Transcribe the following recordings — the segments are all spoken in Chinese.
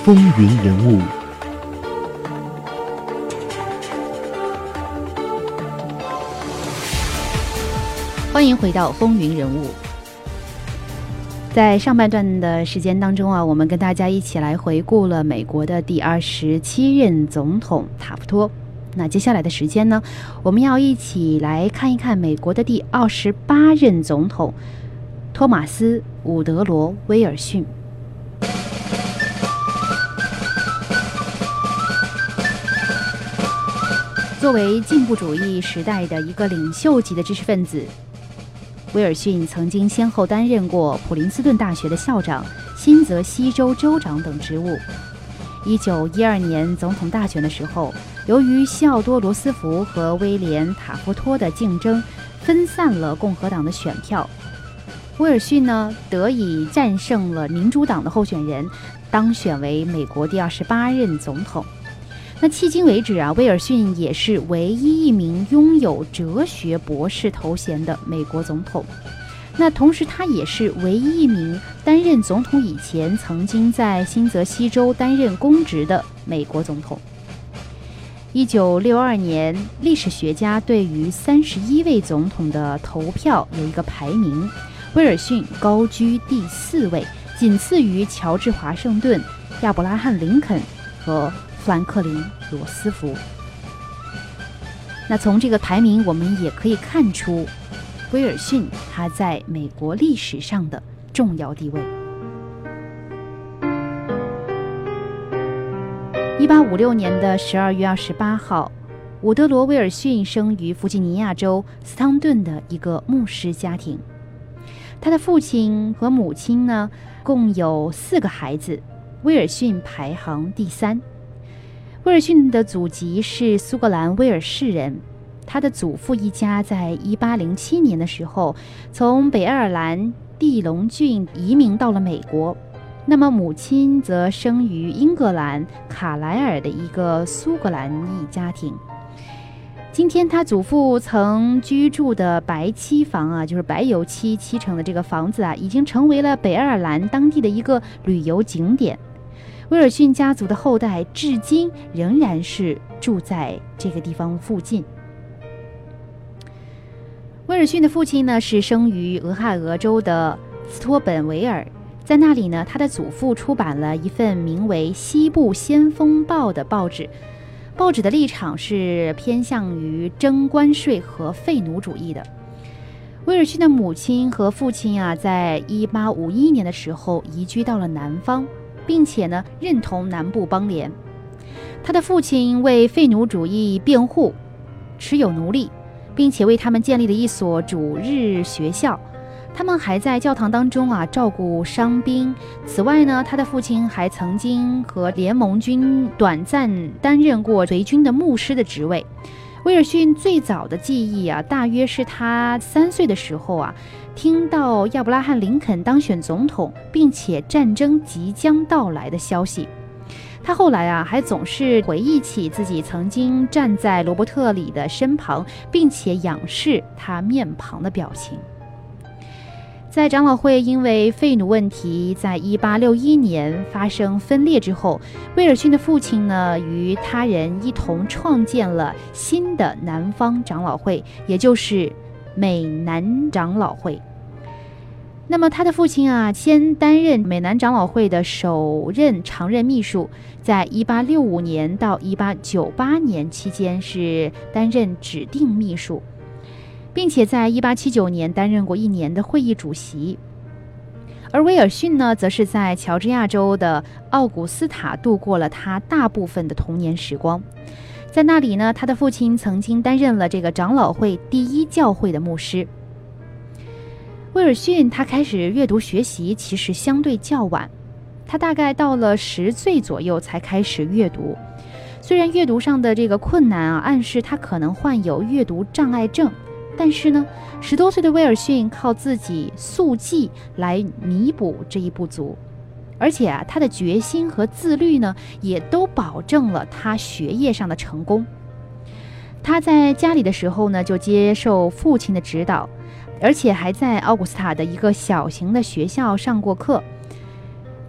风云人物。 欢迎回到风云人物。在上半段的时间当中啊，我们跟大家一起来回顾了美国的第27任总统塔夫托。那接下来的时间呢，我们要一起来看一看美国的第28任总统托马斯·伍德罗·威尔逊。作为进步主义时代的一个领袖级的知识分子，威尔逊曾经先后担任过普林斯顿大学的校长、新泽西州州长等职务。1912年总统大选的时候，由于西奥多·罗斯福和威廉·塔夫托的竞争，分散了共和党的选票。威尔逊呢，得以战胜了民主党的候选人，当选为美国第28任总统。那迄今为止啊，威尔逊也是唯一一名拥有哲学博士头衔的美国总统。那同时，他也是唯一一名担任总统以前曾经在新泽西州担任公职的美国总统。1962年，历史学家对于31位总统的投票有一个排名，威尔逊高居第4位，仅次于乔治·华盛顿、亚伯拉罕·林肯和富兰克林·罗斯福。那从这个排名，我们也可以看出威尔逊他在美国历史上的重要地位。1856年的12月28号，伍德罗·威尔逊生于弗吉尼亚州斯汤顿的一个牧师家庭。他的父亲和母亲呢，共有4个孩子，威尔逊排行第3。威尔逊的祖籍是苏格兰威尔士人，他的祖父一家在1807年的时候从北爱尔兰蒂隆郡移民到了美国。那么母亲则生于英格兰卡莱尔的一个苏格兰裔家庭。今天他祖父曾居住的白漆房啊，就是白油漆漆成的这个房子啊，已经成为了北爱尔兰当地的一个旅游景点。威尔逊家族的后代至今仍然是住在这个地方附近。威尔逊的父亲呢，是生于俄亥俄州的斯托本维尔，在那里呢，他的祖父出版了一份名为《西部先锋报》的报纸，报纸的立场是偏向于征关税和废奴主义的。威尔逊的母亲和父亲啊，在1851年的时候移居到了南方，并且呢，认同南部邦联。他的父亲为废奴主义辩护，持有奴隶，并且为他们建立了一所主日学校。他们还在教堂当中啊照顾伤兵。此外呢，他的父亲还曾经和联盟军短暂担任过随军的牧师的职位。威尔逊最早的记忆啊，大约是他3岁的时候啊，听到亚伯拉罕·林肯当选总统，并且战争即将到来的消息。他后来啊，还总是回忆起自己曾经站在罗伯特里的身旁，并且仰视他面庞的表情。在长老会因为废奴问题在1861年发生分裂之后，威尔逊的父亲呢，与他人一同创建了新的南方长老会，也就是美南长老会。那么他的父亲啊，先担任美南长老会的首任常任秘书，在1865年到1898年期间是担任指定秘书，并且在1879年担任过1年的会议主席。而威尔逊呢，则是在乔治亚州的奥古斯塔度过了他大部分的童年时光。在那里呢，他的父亲曾经担任了这个长老会第1教会的牧师。威尔逊他开始阅读学习其实相对较晚，他大概到了10岁左右才开始阅读。虽然阅读上的这个困难啊，暗示他可能患有阅读障碍症，但是呢，10多岁的威尔逊靠自己速记来弥补这一不足，而且啊，他的决心和自律呢，也都保证了他学业上的成功。他在家里的时候呢，就接受父亲的指导，而且还在奥古斯塔的一个小型的学校上过课。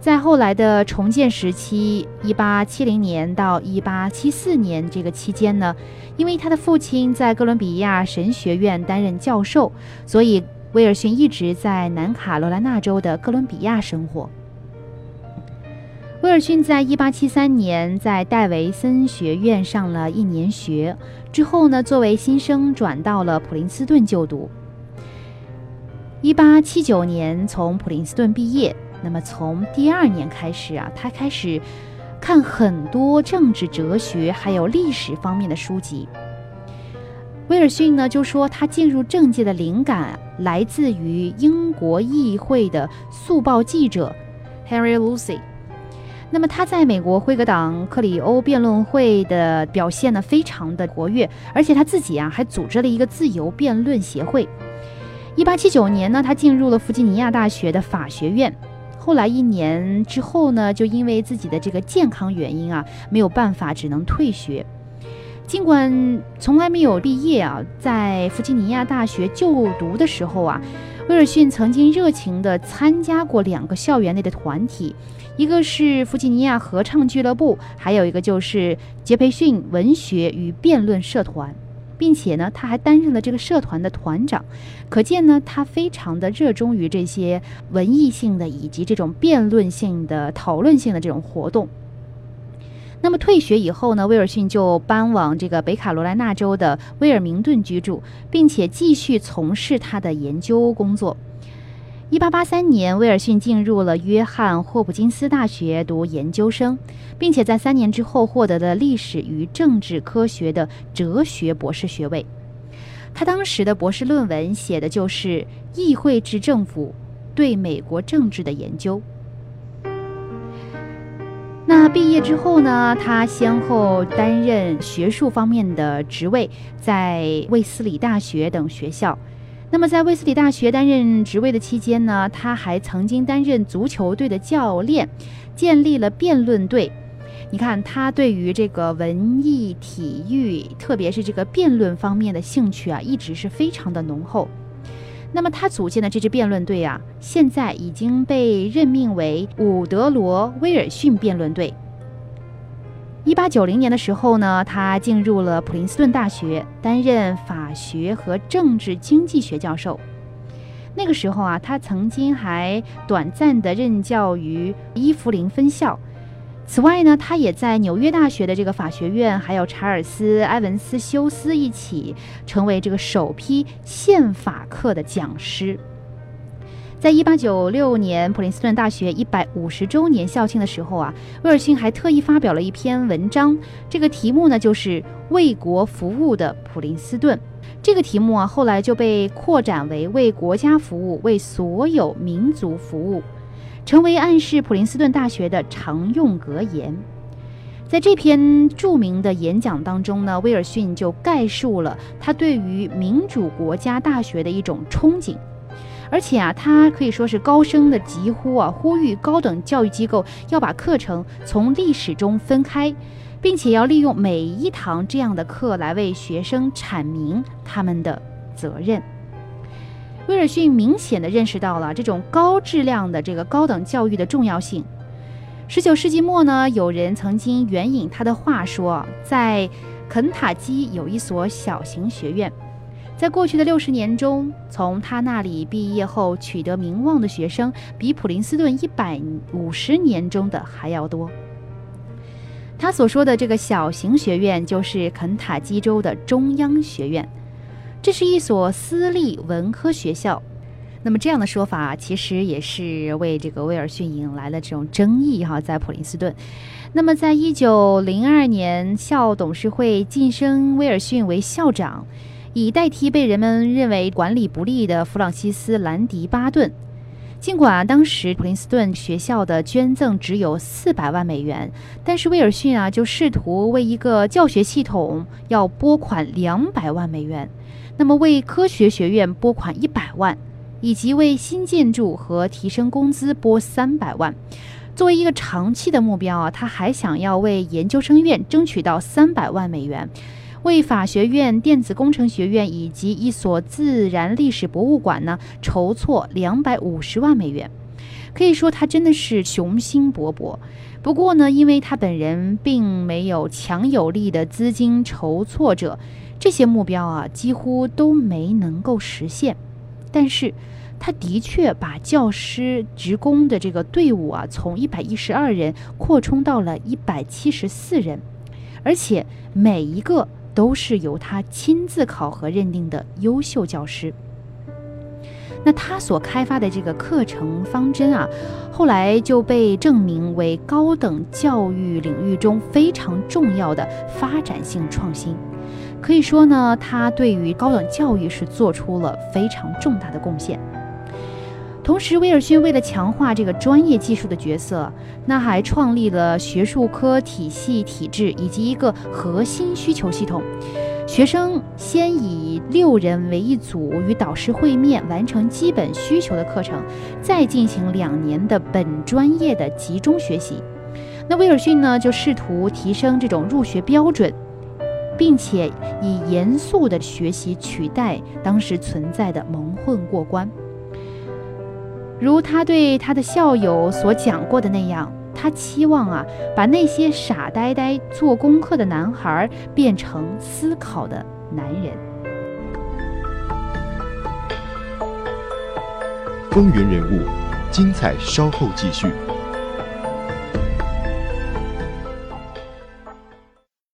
在后来的重建时期，1870年到1874年这个期间呢，因为他的父亲在哥伦比亚神学院担任教授，所以威尔逊一直在南卡罗来纳州的哥伦比亚生活。威尔逊在1873年在戴维森学院上了1年学，之后呢，作为新生转到了普林斯顿就读。1879年从普林斯顿毕业。那么从第2年开始啊，他开始看很多政治哲学还有历史方面的书籍。威尔逊呢就说，他进入政界的灵感来自于英国议会的速报记者 Henry Lucy。那么他在美国辉格党克里欧辩论会的表现呢非常的活跃，而且他自己啊还组织了一个自由辩论协会。1879年呢，他进入了弗吉尼亚大学的法学院。后来1年之后呢，就因为自己的这个健康原因啊，没有办法，只能退学。尽管从来没有毕业啊，在弗吉尼亚大学就读的时候啊，威尔逊曾经热情地参加过2个校园内的团体，一个是弗吉尼亚合唱俱乐部，还有一个就是杰培逊文学与辩论社团。并且呢，他还担任了这个社团的团长，可见呢，他非常的热衷于这些文艺性的以及这种辩论性的、讨论性的这种活动。那么退学以后呢，威尔逊就搬往这个北卡罗来纳州的威尔明顿居住，并且继续从事他的研究工作。1883年，威尔逊进入了约翰霍普金斯大学读研究生，并且在3年之后获得了历史与政治科学的哲学博士学位。他当时的博士论文写的就是议会制政府对美国政治的研究。那毕业之后呢，他先后担任学术方面的职位，在卫斯理大学等学校。那么在卫斯理大学担任职位的期间呢，他还曾经担任足球队的教练，建立了辩论队。你看他对于这个文艺体育，特别是这个辩论方面的兴趣啊，一直是非常的浓厚。那么他组建的这支辩论队啊，现在已经被任命为伍德罗·威尔逊辩论队。1890年的时候呢，他进入了普林斯顿大学，担任法学和政治经济学教授。那个时候啊，他曾经还短暂的任教于伊芙林分校。此外呢，他也在纽约大学的这个法学院，还有查尔斯·埃文斯休斯一起成为这个首批宪法课的讲师。在1896年普林斯顿大学150周年校庆的时候啊，威尔逊还特意发表了一篇文章，这个题目呢就是为国服务的普林斯顿。这个题目啊后来就被扩展为为国家服务，为所有民族服务，成为暗示普林斯顿大学的常用格言。在这篇著名的演讲当中呢，威尔逊就概述了他对于民主国家大学的一种憧憬。而且啊，他可以说是高声的疾呼啊，呼吁高等教育机构要把课程从历史中分开，并且要利用每一堂这样的课来为学生阐明他们的责任。威尔逊明显地认识到了这种高质量的这个高等教育的重要性。19世纪末呢，有人曾经援引他的话说，在肯塔基有一所小型学院。在过去的60年中，从他那里毕业后取得名望的学生比普林斯顿150年中的还要多。他所说的这个小型学院就是肯塔基州的中央学院，这是一所私立文科学校。那么这样的说法其实也是为这个威尔逊引来了这种争议哈，在普林斯顿。那么在1902年，校董事会晋升威尔逊为校长，以代替被人们认为管理不力的弗朗西斯·兰迪巴顿。尽管当时普林斯顿学校的捐赠只有400万美元，但是威尔逊就试图为一个教学系统要拨款200万美元，那么为科学学院拨款100万，以及为新建筑和提升工资拨300万。作为一个长期的目标他还想要为研究生院争取到300万美元。为法学院、电子工程学院以及一所自然历史博物馆呢筹措250万美元。 可以说他真的是雄心勃勃。不过呢，因为他本人并没有强有力的资金筹措者，这些目标啊几乎都没能够实现。但是他的确把教师职工的这个队伍啊从112人扩充到了174人，而且每一个都是由他亲自考核认定的优秀教师。那他所开发的这个课程方针啊，后来就被证明为高等教育领域中非常重要的发展性创新。可以说呢，他对于高等教育是做出了非常重大的贡献。同时，威尔逊为了强化这个专业技术的角色，那还创立了学术科体系体制以及一个核心需求系统。学生先以6人为一组与导师会面，完成基本需求的课程，再进行2年的本专业的集中学习。那威尔逊呢，就试图提升这种入学标准，并且以严肃的学习取代当时存在的蒙混过关。如他对他的校友所讲过的那样，他期望啊，把那些傻呆呆做功课的男孩变成思考的男人。 风云人物，精彩稍后继续。